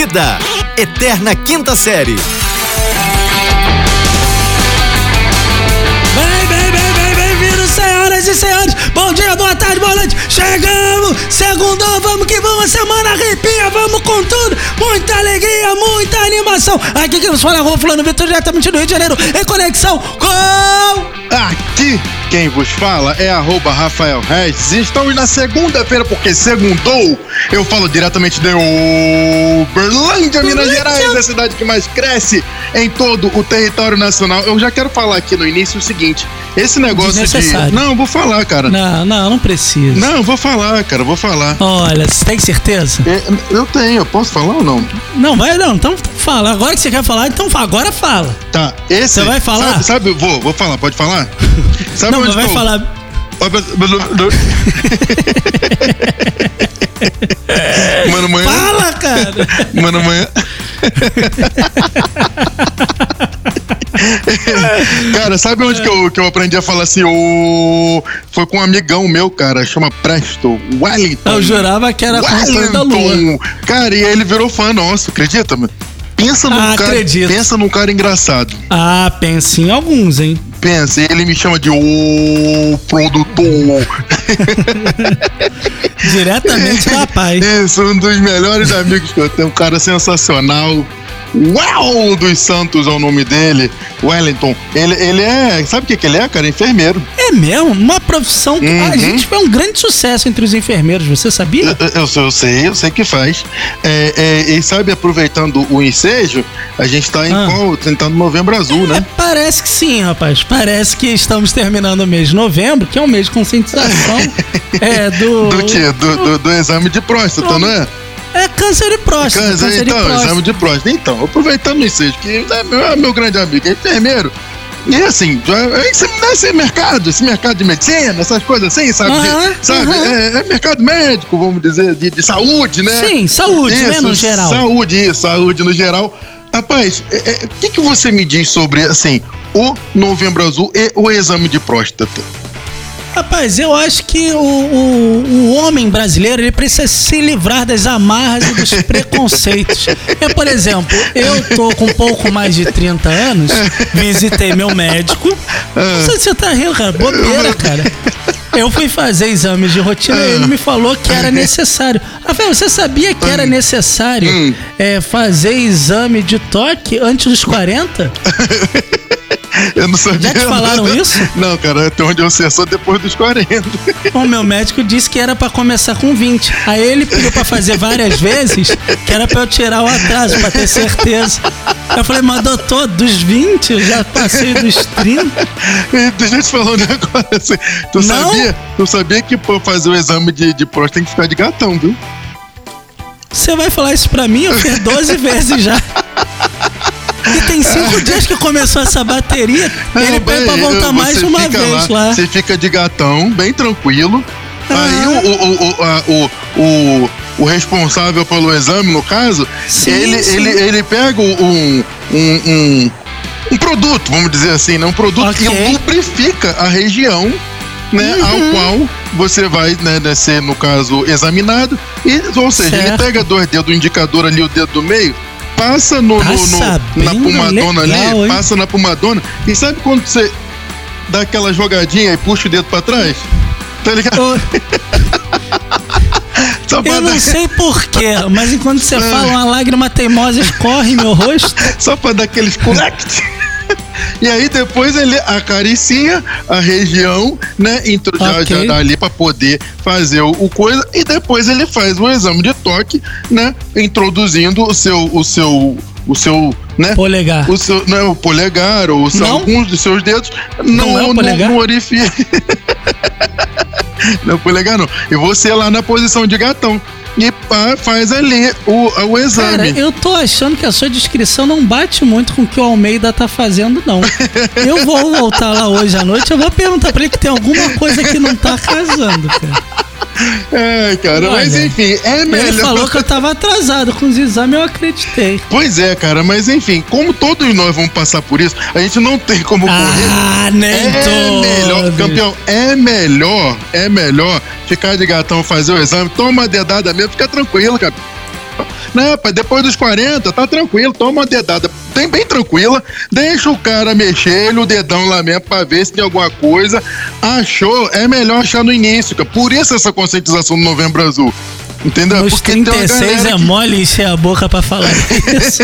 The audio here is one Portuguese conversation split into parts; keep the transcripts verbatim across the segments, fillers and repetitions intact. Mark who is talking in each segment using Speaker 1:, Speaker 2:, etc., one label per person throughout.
Speaker 1: Vida, Eterna Quinta Série.
Speaker 2: Bem, bem, bem, bem, bem-vindos, senhoras e senhores. Bom dia, boa tarde, boa noite. Chegamos, segundou, vamos que vamos. A semana arrepia, vamos com tudo. Muita alegria, muita animação. Aqui quem nos fala é o Fulano Vitor, diretamente do Rio de Janeiro, em conexão com...
Speaker 3: Aqui quem vos fala é arroba Rafael Reis. Estamos na segunda-feira, porque segundou. Eu falo diretamente de Uberlândia, Minas Gerais, a cidade que mais cresce em todo o território nacional. Eu já quero falar aqui no início o seguinte: esse negócio de... Não, vou falar, cara.
Speaker 2: Não, não, não precisa.
Speaker 3: Não, vou falar, cara, vou falar.
Speaker 2: Olha, você tem certeza?
Speaker 3: Eu, eu tenho, eu posso falar ou não?
Speaker 2: Não, vai não, então fala. Agora que você quer falar, então agora fala.
Speaker 3: Tá, esse...
Speaker 2: Você vai falar?
Speaker 3: Sabe, sabe vou, vou falar, pode falar? Sabe
Speaker 2: não,
Speaker 3: onde
Speaker 2: mas vai
Speaker 3: eu...
Speaker 2: falar...
Speaker 3: Mano, manhã...
Speaker 2: Fala, cara!
Speaker 3: Mano, manhã... Cara, sabe onde que eu, que eu aprendi a falar assim? O... Foi com um amigão meu, cara, chama Presto, Wellington.
Speaker 2: Eu jurava que era
Speaker 3: Wellington
Speaker 2: da Lua.
Speaker 3: Cara, e aí ele virou fã nosso, acredita, mano? Pensa num,
Speaker 2: ah,
Speaker 3: cara, pensa num cara engraçado.
Speaker 2: Ah, pensa em alguns, hein?
Speaker 3: Pensa, ele me chama de o produtor.
Speaker 2: Diretamente da paz.
Speaker 3: Isso, um dos melhores amigos que eu tenho, um cara sensacional. Uau, dos Santos é o nome dele, Wellington. Ele, ele é, sabe o que, que ele é, cara? Enfermeiro.
Speaker 2: É mesmo? Uma profissão que uhum. a gente foi um grande sucesso entre os enfermeiros, você sabia?
Speaker 3: Eu, eu, eu sei, eu sei que faz. É, é, e sabe, aproveitando o ensejo, a gente tá em ah. qual? Tentando Novembro Azul, né?
Speaker 2: É, parece que sim, rapaz. Parece que estamos terminando o mês de novembro, que é um mês de conscientização. é, do...
Speaker 3: Do quê? Do, do, do exame de próstata, não é?
Speaker 2: É câncer de próstata.
Speaker 3: Câncer,
Speaker 2: câncer
Speaker 3: então,
Speaker 2: de próstata.
Speaker 3: exame de próstata. Então, aproveitando isso, que é meu, meu grande amigo, é enfermeiro. E assim, esse, esse mercado, esse mercado de medicina, essas coisas assim, sabe?
Speaker 2: Uh-huh,
Speaker 3: de, sabe? Uh-huh. É, é mercado médico, vamos dizer, de, de saúde, né?
Speaker 2: Sim, saúde, isso, né, no geral.
Speaker 3: Saúde, isso, saúde no geral. Rapaz, o é, é, que, que você me diz sobre, assim, o Novembro Azul e o exame de próstata?
Speaker 2: Rapaz, eu acho que o, o, o homem brasileiro, ele precisa se livrar das amarras e dos preconceitos. Eu, por exemplo, eu tô com um pouco mais de trinta anos, visitei meu médico. Não sei se você tá rindo, cara, bobeira, cara. Eu fui fazer exames de rotina e ele me falou que era necessário. Rafael, você sabia que era necessário é, fazer exame de toque antes dos quarenta?
Speaker 3: Eu não sabia.
Speaker 2: Já te falaram
Speaker 3: nada.
Speaker 2: Isso?
Speaker 3: Não, cara, até onde eu sei, é só depois dos quarenta.
Speaker 2: O meu médico disse que era pra começar com vinte. Aí ele pediu pra fazer várias vezes, que era pra eu tirar o atraso, pra ter certeza. Eu falei, mas doutor, dos vinte, eu já passei dos trinta.
Speaker 3: Deixa eu te falar um negócio. Tu
Speaker 2: não?
Speaker 3: sabia, tu sabia que pra fazer o exame de, de próstata tem que ficar de gatão, viu?
Speaker 2: Você vai falar isso pra mim? Eu fiz doze vezes já. E tem cinco dias que começou essa bateria. Não, ele pede pra voltar mais uma vez lá, lá.
Speaker 3: Você fica de gatão, bem tranquilo. Ah. Aí o, o, o, a, o, o, o responsável pelo exame, no caso, sim, ele, sim. Ele, ele pega um, um, um, um produto, vamos dizer assim, né? Um produto okay. que lubrifica a região, né? Uhum. Ao qual você vai, né, ser, no caso, examinado. E, ou seja, certo. Ele pega dois dedos, o indicador ali, o dedo do meio, passa no, no, no, na pomadona legal, ali, hein? Passa na pomadona. E sabe quando você dá aquela jogadinha e puxa o dedo pra trás? Tá ligado?
Speaker 2: Oh. Eu não dar... sei porquê, mas enquanto você ah. fala, uma lágrima teimosa escorre em meu rosto.
Speaker 3: Só pra dar aqueles connect. E aí depois ele acaricia a região, né? Intro, okay. já, já dá ali pra poder fazer o, o coisa. E depois ele faz o exame de toque, né? Introduzindo o seu, o seu, o seu, né?
Speaker 2: Polegar.
Speaker 3: O seu, não, o polegar ou o seu, alguns dos seus dedos
Speaker 2: não,
Speaker 3: não
Speaker 2: é o polegar?
Speaker 3: No, no orifício. Não, polegar não. E você lá na posição de gatão. E pá, faz ali o, o exame.
Speaker 2: Cara, eu tô achando que a sua descrição não bate muito com o que o Almeida tá fazendo, não. Eu vou voltar lá hoje à noite, eu vou perguntar pra ele que tem alguma coisa que não tá casando, cara.
Speaker 3: É, cara, olha, mas enfim, é melhor.
Speaker 2: Ele falou que eu tava atrasado com os exames, eu acreditei.
Speaker 3: Pois é, cara, mas enfim, como todos nós vamos passar por isso, a gente não tem como correr.
Speaker 2: Ah, nem
Speaker 3: é
Speaker 2: todos.
Speaker 3: melhor, campeão, é melhor, é melhor ficar de gatão, fazer o exame, toma uma dedada mesmo, fica tranquilo, cara. Não, pai, depois dos quarenta, tá tranquilo, toma uma dedada bem, bem tranquila, deixa o cara mexer o dedão lá mesmo pra ver se tem alguma coisa. Achou, é melhor achar no início, cara. Por isso essa conscientização do Novembro Azul. Entendeu?
Speaker 2: Nos
Speaker 3: porque
Speaker 2: trinta e seis é
Speaker 3: que...
Speaker 2: mole encher a boca pra falar isso.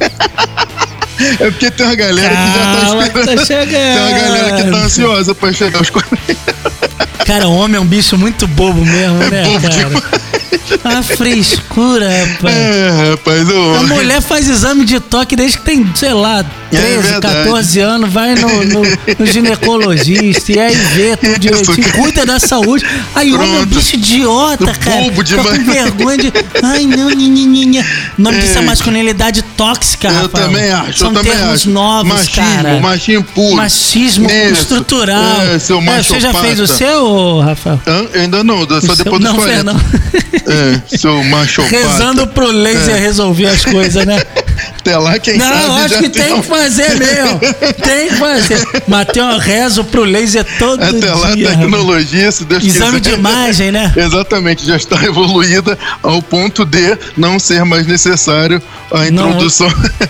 Speaker 3: É porque tem uma galera
Speaker 2: Calma,
Speaker 3: que já tá esperando.
Speaker 2: tá chegando.
Speaker 3: Tem uma galera que tá ansiosa pra chegar aos quarenta.
Speaker 2: Cara, o homem é um bicho muito bobo mesmo, né,
Speaker 3: bobo
Speaker 2: cara?
Speaker 3: demais.
Speaker 2: A frescura, rapaz.
Speaker 3: É, rapaz. Eu...
Speaker 2: A mulher faz exame de toque desde que tem, sei lá, treze,
Speaker 3: é
Speaker 2: quatorze anos, vai no, no, no ginecologista e aí vê tudo direitinho, cuida da saúde. Aí o homem é um bicho idiota, cara.
Speaker 3: Bobo demais.
Speaker 2: Fica com vergonha de. Ai, não, nininha. O nome disso é masculinidade tóxica,
Speaker 3: Eu
Speaker 2: rapaz.
Speaker 3: também acho,
Speaker 2: São
Speaker 3: eu também
Speaker 2: termos
Speaker 3: acho.
Speaker 2: novos,
Speaker 3: machismo,
Speaker 2: cara.
Speaker 3: Machismo puro.
Speaker 2: Machismo
Speaker 3: Isso.
Speaker 2: estrutural.
Speaker 3: É, seu
Speaker 2: É, você já
Speaker 3: machopata.
Speaker 2: fez o seu, Rafael?
Speaker 3: Hã? Ainda não, só
Speaker 2: O
Speaker 3: depois
Speaker 2: seu-
Speaker 3: dos
Speaker 2: não,
Speaker 3: quarenta.
Speaker 2: Fé, não.
Speaker 3: É, seu machopata.
Speaker 2: Rezando pro laser
Speaker 3: É.
Speaker 2: resolver as coisas, né?
Speaker 3: Até lá, quem
Speaker 2: Não,
Speaker 3: sabe
Speaker 2: acho
Speaker 3: já
Speaker 2: que
Speaker 3: tem
Speaker 2: tem
Speaker 3: um-
Speaker 2: que fazer mesmo. Tem que fazer. Mateus, rezo pro laser todo
Speaker 3: Até
Speaker 2: dia.
Speaker 3: lá, a tecnologia, se Deus
Speaker 2: Exame
Speaker 3: quiser.
Speaker 2: de imagem, né?
Speaker 3: Exatamente, já está evoluída ao ponto de não ser mais necessário a
Speaker 2: Não.
Speaker 3: introdução.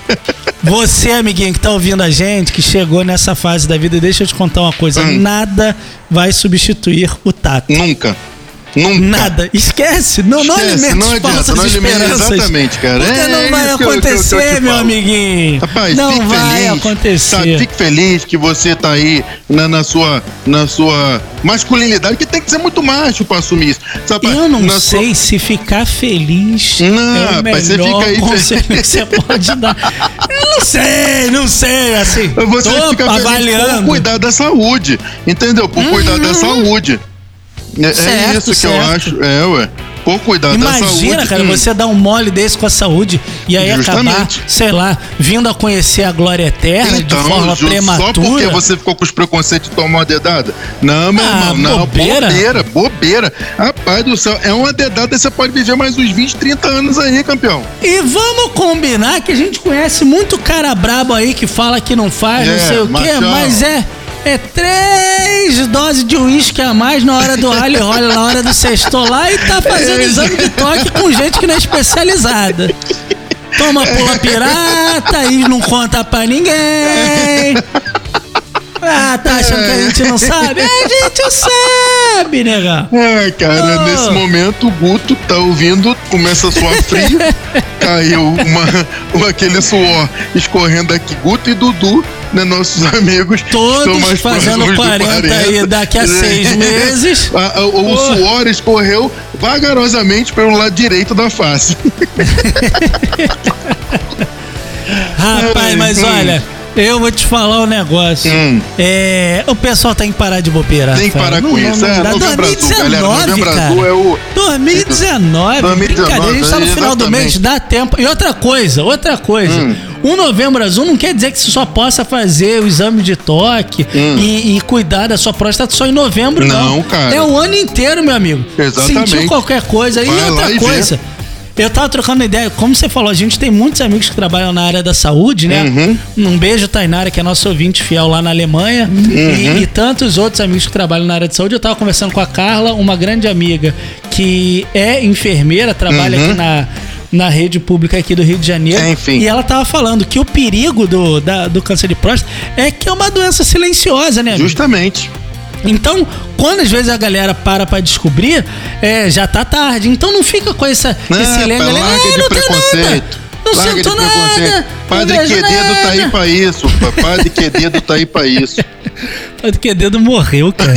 Speaker 2: Você, amiguinho, que tá ouvindo a gente, que chegou nessa fase da vida, deixa eu te contar uma coisa.
Speaker 3: Hum.
Speaker 2: Nada vai substituir o tato.
Speaker 3: Nunca. Nunca.
Speaker 2: Nada. Esquece. Não, não
Speaker 3: Esquece,
Speaker 2: alimente
Speaker 3: não adianta,
Speaker 2: falsas
Speaker 3: não alimenta-
Speaker 2: esperanças.
Speaker 3: exatamente, cara.
Speaker 2: Porque
Speaker 3: É
Speaker 2: não vai
Speaker 3: isso que eu- que eu- que eu te
Speaker 2: acontecer, meu
Speaker 3: falo.
Speaker 2: amiguinho.
Speaker 3: Rapaz,
Speaker 2: não
Speaker 3: fique
Speaker 2: vai
Speaker 3: feliz,
Speaker 2: acontecer.
Speaker 3: sabe? Fique feliz que você tá aí na, na sua, na sua masculinidade, que tem que ser muito macho pra assumir isso. Sabe?
Speaker 2: Eu não
Speaker 3: Na
Speaker 2: sei se ficar feliz
Speaker 3: Não,
Speaker 2: é o
Speaker 3: rapaz, você
Speaker 2: melhor
Speaker 3: fica aí
Speaker 2: conselho que você pode dar. Eu não sei, não sei, assim.
Speaker 3: Sua, você
Speaker 2: tô
Speaker 3: fica feliz por
Speaker 2: avaliando.
Speaker 3: cuidar da saúde, entendeu? Por cuidar da saúde. É, é
Speaker 2: Certo,
Speaker 3: isso que
Speaker 2: certo.
Speaker 3: eu acho. É, ué. Por cuidar da saúde.
Speaker 2: Imagina, cara,
Speaker 3: hum.
Speaker 2: você dar um mole desse com a saúde e aí acabar,
Speaker 3: Justamente.
Speaker 2: sei lá, vindo a conhecer a glória eterna
Speaker 3: Então,
Speaker 2: de forma
Speaker 3: Ju,
Speaker 2: prematura.
Speaker 3: só porque você ficou com os preconceitos e tomou uma dedada? Não, meu
Speaker 2: Ah,
Speaker 3: irmão, não.
Speaker 2: bobeira.
Speaker 3: Bobeira, bobeira. Rapaz do céu, é uma dedada e você pode viver mais uns vinte, trinta anos aí, campeão.
Speaker 2: E vamos combinar que a gente conhece muito cara brabo aí que fala que não faz, não
Speaker 3: É,
Speaker 2: sei o quê,
Speaker 3: machão.
Speaker 2: mas é. É três doses de uísque a mais na hora do alho e óleo, na hora do sexto lá e tá fazendo
Speaker 3: É.
Speaker 2: exame de toque com gente que não é especializada. Toma pula pirata e não conta pra ninguém. Ah, tá achando que a gente não sabe? A gente sabe, nega.
Speaker 3: É, cara,
Speaker 2: Oh.
Speaker 3: nesse momento o Guto tá ouvindo, começa a suar frio, caiu uma, uma- aquele suor escorrendo aqui. Guto e Dudu, né, nossos amigos.
Speaker 2: Todos
Speaker 3: estão mais
Speaker 2: fazendo
Speaker 3: próximos do
Speaker 2: quarenta aí daqui a seis meses.
Speaker 3: A- a- o
Speaker 2: Oh.
Speaker 3: suor escorreu vagarosamente pelo lado direito da face.
Speaker 2: Rapaz, mas
Speaker 3: Hum.
Speaker 2: olha, eu vou te falar um negócio.
Speaker 3: Hum.
Speaker 2: É, o pessoal tem que parar de bobeira.
Speaker 3: Tem que
Speaker 2: Rafael.
Speaker 3: parar com
Speaker 2: Não-
Speaker 3: isso.
Speaker 2: não
Speaker 3: É,
Speaker 2: dá.
Speaker 3: Novembro Azul, galera.
Speaker 2: dois mil e dezenove,
Speaker 3: Novembro
Speaker 2: cara.
Speaker 3: Azul é o.
Speaker 2: dois mil e dezenove,
Speaker 3: dois mil e dezenove,
Speaker 2: brincadeira, a gente tá no final do mês,
Speaker 3: exatamente.
Speaker 2: dá tempo. E outra coisa, outra coisa.
Speaker 3: Hum.
Speaker 2: Um Novembro Azul não quer dizer que você só possa fazer o exame de toque
Speaker 3: Hum.
Speaker 2: e, e cuidar da sua próstata só em novembro, não.
Speaker 3: Não, cara.
Speaker 2: É o ano inteiro, meu amigo.
Speaker 3: Exatamente.
Speaker 2: Sentiu qualquer coisa. E
Speaker 3: Vai lá
Speaker 2: outra
Speaker 3: e vê.
Speaker 2: coisa. Eu tava trocando ideia, como você falou, a gente tem muitos amigos que trabalham na área da saúde, né?
Speaker 3: Uhum.
Speaker 2: Um beijo, Tainara, que é nosso ouvinte fiel lá na Alemanha.
Speaker 3: Uhum.
Speaker 2: E, e tantos outros amigos que trabalham na área de saúde. Eu tava conversando com a Carla, uma grande amiga que é enfermeira, trabalha
Speaker 3: Uhum.
Speaker 2: aqui na, na rede pública aqui do Rio de Janeiro.
Speaker 3: É, enfim.
Speaker 2: E ela tava falando que o perigo do, da- do câncer de próstata é que é uma doença silenciosa, né? amigo?
Speaker 3: Justamente.
Speaker 2: Então, quando às vezes a galera para pra descobrir, é, já tá tarde. Então não fica com essa,
Speaker 3: Não,
Speaker 2: esse
Speaker 3: rapaz,
Speaker 2: lema,
Speaker 3: larga
Speaker 2: ah,
Speaker 3: de
Speaker 2: não tem
Speaker 3: preconceito.
Speaker 2: nada. Não
Speaker 3: Larga de
Speaker 2: sinto
Speaker 3: preconceito.
Speaker 2: nada.
Speaker 3: Padre
Speaker 2: não vejo
Speaker 3: Quededo tá aí
Speaker 2: nada.
Speaker 3: pra isso. pá. Padre Quededo tá aí pra isso.
Speaker 2: Padre Quededo morreu, cara.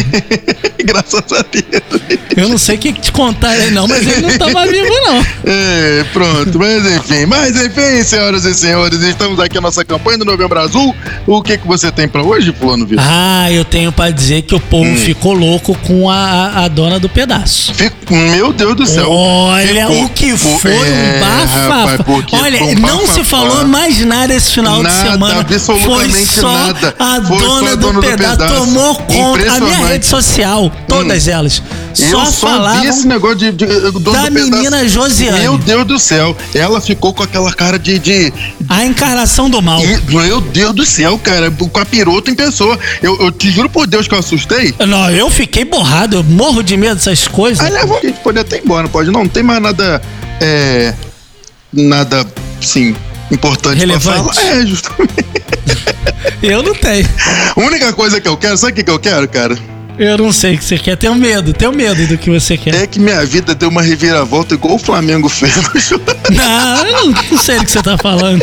Speaker 3: Graças a Deus.
Speaker 2: Eu não sei o que te contar aí não, mas ele não tava vivo não.
Speaker 3: É, pronto, mas enfim, mas enfim, senhoras e senhores, estamos aqui na nossa campanha do Novembro Azul. O que que você tem pra hoje, Fulano Vitor?
Speaker 2: Ah, eu tenho pra dizer que o povo
Speaker 3: Hum.
Speaker 2: ficou louco com a, a, a dona do pedaço.
Speaker 3: Fico- meu Deus do céu.
Speaker 2: Olha,
Speaker 3: Ficou-
Speaker 2: o que
Speaker 3: ficou-
Speaker 2: foi
Speaker 3: é,
Speaker 2: um
Speaker 3: rapaz,
Speaker 2: bafafá.
Speaker 3: porque
Speaker 2: Olha,
Speaker 3: foi um
Speaker 2: não se
Speaker 3: bafafá.
Speaker 2: falou mais nada esse final
Speaker 3: Nada,
Speaker 2: de semana. Foi
Speaker 3: absolutamente
Speaker 2: só
Speaker 3: nada.
Speaker 2: a
Speaker 3: Foi
Speaker 2: dona,
Speaker 3: só a
Speaker 2: do,
Speaker 3: dona do
Speaker 2: pedaço.
Speaker 3: pedaço.
Speaker 2: Tomou conta. A minha
Speaker 3: Impressionante.
Speaker 2: rede social, todas elas,
Speaker 3: Eu
Speaker 2: só
Speaker 3: só
Speaker 2: falavam
Speaker 3: vi esse negócio de, de, do dono
Speaker 2: da
Speaker 3: do pedaço.
Speaker 2: menina Josiane.
Speaker 3: Meu Deus do céu, ela ficou com aquela cara de, de,
Speaker 2: a encarnação do mal.
Speaker 3: E, meu Deus do céu, cara, com a pirota em pessoa. Eu, eu te juro por Deus que eu assustei.
Speaker 2: Não, eu fiquei borrado, eu morro de medo dessas coisas.
Speaker 3: Aliás, a gente pode até ir embora, não pode? Não, não tem mais nada. É. nada, sim, importante
Speaker 2: relevante
Speaker 3: pra falar. É, justamente.
Speaker 2: Eu não tenho.
Speaker 3: A única coisa que eu quero, sabe o que, que eu quero, cara?
Speaker 2: Eu não sei o que você quer. Tenho medo, tenho medo do que você quer.
Speaker 3: É que minha vida deu uma reviravolta igual o Flamengo fez no jogo.
Speaker 2: Não, eu não, não sei do que você tá falando.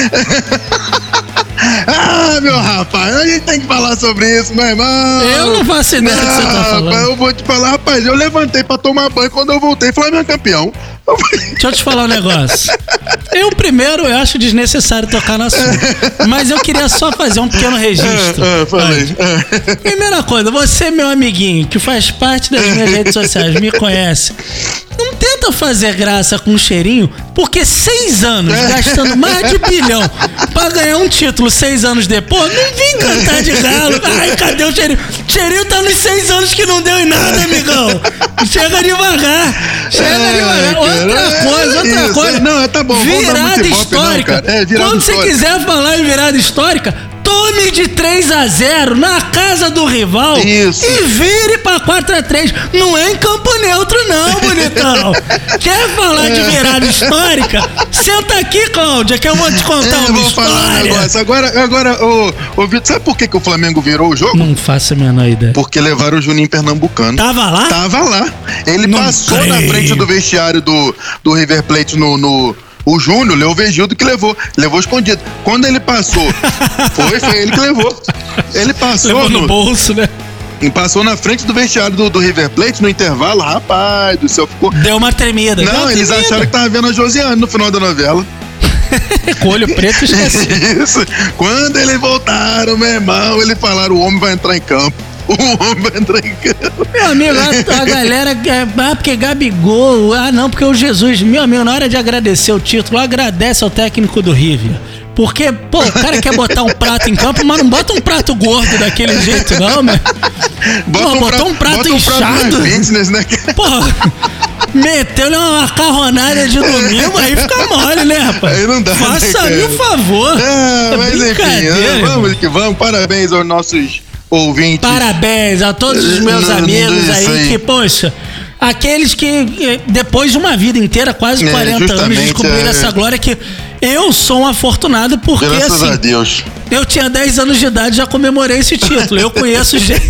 Speaker 3: Ah, meu rapaz, a gente tem que falar sobre isso, meu irmão.
Speaker 2: Eu não faço ideia do que você tá falando.
Speaker 3: Rapaz, eu vou te falar, rapaz, eu levantei pra tomar banho, quando eu voltei, Flamengo campeão.
Speaker 2: Deixa eu te falar um negócio. Eu, primeiro, eu acho desnecessário tocar no assunto. Mas eu queria só fazer um pequeno registro.
Speaker 3: É, é, falei. É.
Speaker 2: Primeira coisa, você, meu amiguinho, que faz parte das minhas redes sociais, me conhece. Não tenta fazer graça com um cheirinho, porque seis anos, gastando mais de bilhão pra ganhar um título seis anos depois, não vim cantar de galo. Ai, cadê o cheirinho? Cheirinho tá nos seis anos que não deu em nada, amigão. Chega devagar. Chega
Speaker 3: É,
Speaker 2: devagar. Outra
Speaker 3: cara,
Speaker 2: coisa, outra
Speaker 3: isso,
Speaker 2: coisa.
Speaker 3: não, tá bom, vamos dar
Speaker 2: Virada
Speaker 3: muito ibope,
Speaker 2: histórica.
Speaker 3: não, cara. É, virada
Speaker 2: Quando você
Speaker 3: histórica.
Speaker 2: quiser falar em virada histórica, tome de três a zero na casa do rival.
Speaker 3: Isso.
Speaker 2: E vire pra quatro a três. Não é em campo neutro, não, bonitão. Quer falar de virada histórica? Senta aqui, Cláudia, que eu vou te contar
Speaker 3: É,
Speaker 2: uma
Speaker 3: vou falar um
Speaker 2: história.
Speaker 3: negócio. Agora, agora ô, ô Vitor, sabe por que, que o Flamengo virou o jogo?
Speaker 2: Não faço a menor ideia.
Speaker 3: Porque levaram o Juninho Pernambucano.
Speaker 2: Tava lá?
Speaker 3: Tava lá. Ele
Speaker 2: Não
Speaker 3: passou
Speaker 2: creio.
Speaker 3: na frente do vestiário do, do River Plate no... no o Júnior, Leo Vegildo, que levou. Levou escondido. Quando ele passou, foi, foi ele que levou. Ele passou
Speaker 2: Levou no
Speaker 3: no,
Speaker 2: bolso, né?
Speaker 3: passou na frente do vestiário do, do River Plate no intervalo. Rapaz do céu, ficou...
Speaker 2: Deu uma tremida. Deu
Speaker 3: Não,
Speaker 2: uma
Speaker 3: eles
Speaker 2: tremida.
Speaker 3: acharam que tava vendo a Josiane no final da novela.
Speaker 2: Com olho preto, esqueci.
Speaker 3: Isso. Quando eles voltaram, meu irmão, eles falaram, o homem vai entrar em campo. O homem vai entrar em campo.
Speaker 2: Meu amigo, a, a galera, é, ah, porque Gabigol, ah não, porque o Jesus, meu amigo, na hora de agradecer o título, agradece ao técnico do River. Porque, pô, o cara quer botar um prato em campo, mas não bota um prato gordo daquele jeito, não, meu.
Speaker 3: Bota
Speaker 2: Pô,
Speaker 3: um
Speaker 2: botou
Speaker 3: prato,
Speaker 2: um prato
Speaker 3: bota um prato
Speaker 2: inchado.
Speaker 3: mais fitness, né?
Speaker 2: Porra, meteu-lhe uma macarronada de domingo, aí fica mole, né, rapaz?
Speaker 3: Aí não dá, né,
Speaker 2: Faça-me
Speaker 3: cara?
Speaker 2: o favor.
Speaker 3: Ah,
Speaker 2: É
Speaker 3: mas enfim,
Speaker 2: brincadeira,
Speaker 3: ah, vamos que vamos. Parabéns aos nossos ouvintes.
Speaker 2: Parabéns a todos os meus
Speaker 3: Não,
Speaker 2: amigos
Speaker 3: isso
Speaker 2: aí,
Speaker 3: aí.
Speaker 2: que, poxa, aqueles que eh, depois de uma vida inteira, quase
Speaker 3: É,
Speaker 2: quarenta anos,
Speaker 3: justamente,
Speaker 2: descobriram
Speaker 3: é.
Speaker 2: essa glória que eu sou um afortunado porque,
Speaker 3: Graças
Speaker 2: assim,
Speaker 3: a Deus.
Speaker 2: eu tinha dez anos de idade e já comemorei esse título. Eu conheço gente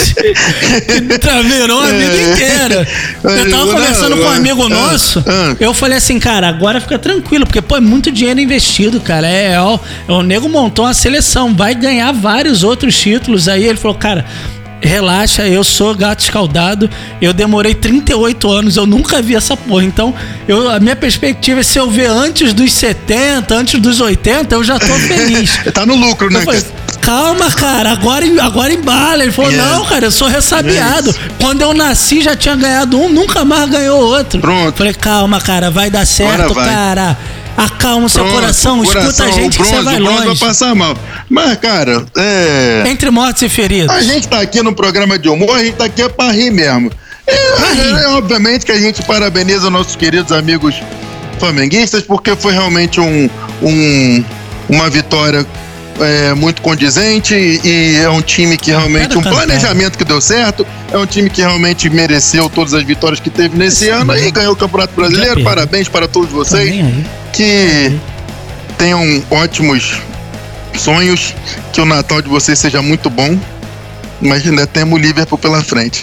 Speaker 2: que travirou a vida
Speaker 3: É.
Speaker 2: inteira. Eu tava
Speaker 3: Não,
Speaker 2: conversando com um
Speaker 3: ah,
Speaker 2: amigo
Speaker 3: ah,
Speaker 2: nosso,
Speaker 3: ah.
Speaker 2: eu falei assim, cara, agora fica tranquilo, porque, pô, é muito dinheiro investido, cara. É, ó, o nego montou uma seleção, vai ganhar vários outros títulos aí. Ele falou, cara, relaxa, eu sou gato escaldado, eu demorei trinta e oito anos, eu nunca vi essa porra, então eu, a minha perspectiva é se eu ver antes dos setenta, antes dos oitenta, eu já tô feliz.
Speaker 3: Tá no lucro, né?
Speaker 2: Eu falei, calma, cara, agora, agora embala. Ele falou,
Speaker 3: É.
Speaker 2: não, cara, eu sou ressabiado.
Speaker 3: É isso.
Speaker 2: Quando eu nasci já tinha ganhado um, nunca mais ganhou outro.
Speaker 3: Pronto.
Speaker 2: Falei, calma, cara, vai dar certo,
Speaker 3: Agora vai.
Speaker 2: cara. Acalma o seu
Speaker 3: Pronto,
Speaker 2: coração, escuta a gente
Speaker 3: o
Speaker 2: que você vai
Speaker 3: o bronze
Speaker 2: longe.
Speaker 3: vai passar mal. Mas, cara, é...
Speaker 2: Entre mortos e feridos.
Speaker 3: A gente tá aqui no programa de humor, a gente tá aqui pra rir mesmo. É, é, obviamente que a gente parabeniza nossos queridos amigos flamenguistas, porque foi realmente um, um, uma vitória é, muito condizente e é um time que realmente, um planejamento que deu certo, é um time que realmente mereceu todas as vitórias que teve nesse ano e ganhou o Campeonato Brasileiro. Parabéns para todos vocês, que tenham ótimos sonhos, que o Natal de vocês seja muito bom, mas ainda temos o Liverpool pela frente.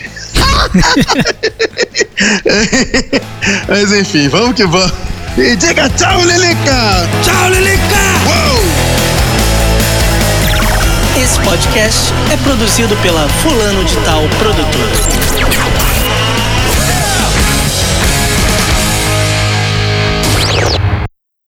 Speaker 3: Mas enfim, vamos que vamos. E diga tchau, Lilica!
Speaker 2: Tchau, Lilica!
Speaker 3: Uou!
Speaker 2: Esse podcast é produzido pela Fulano de Tal Produtora.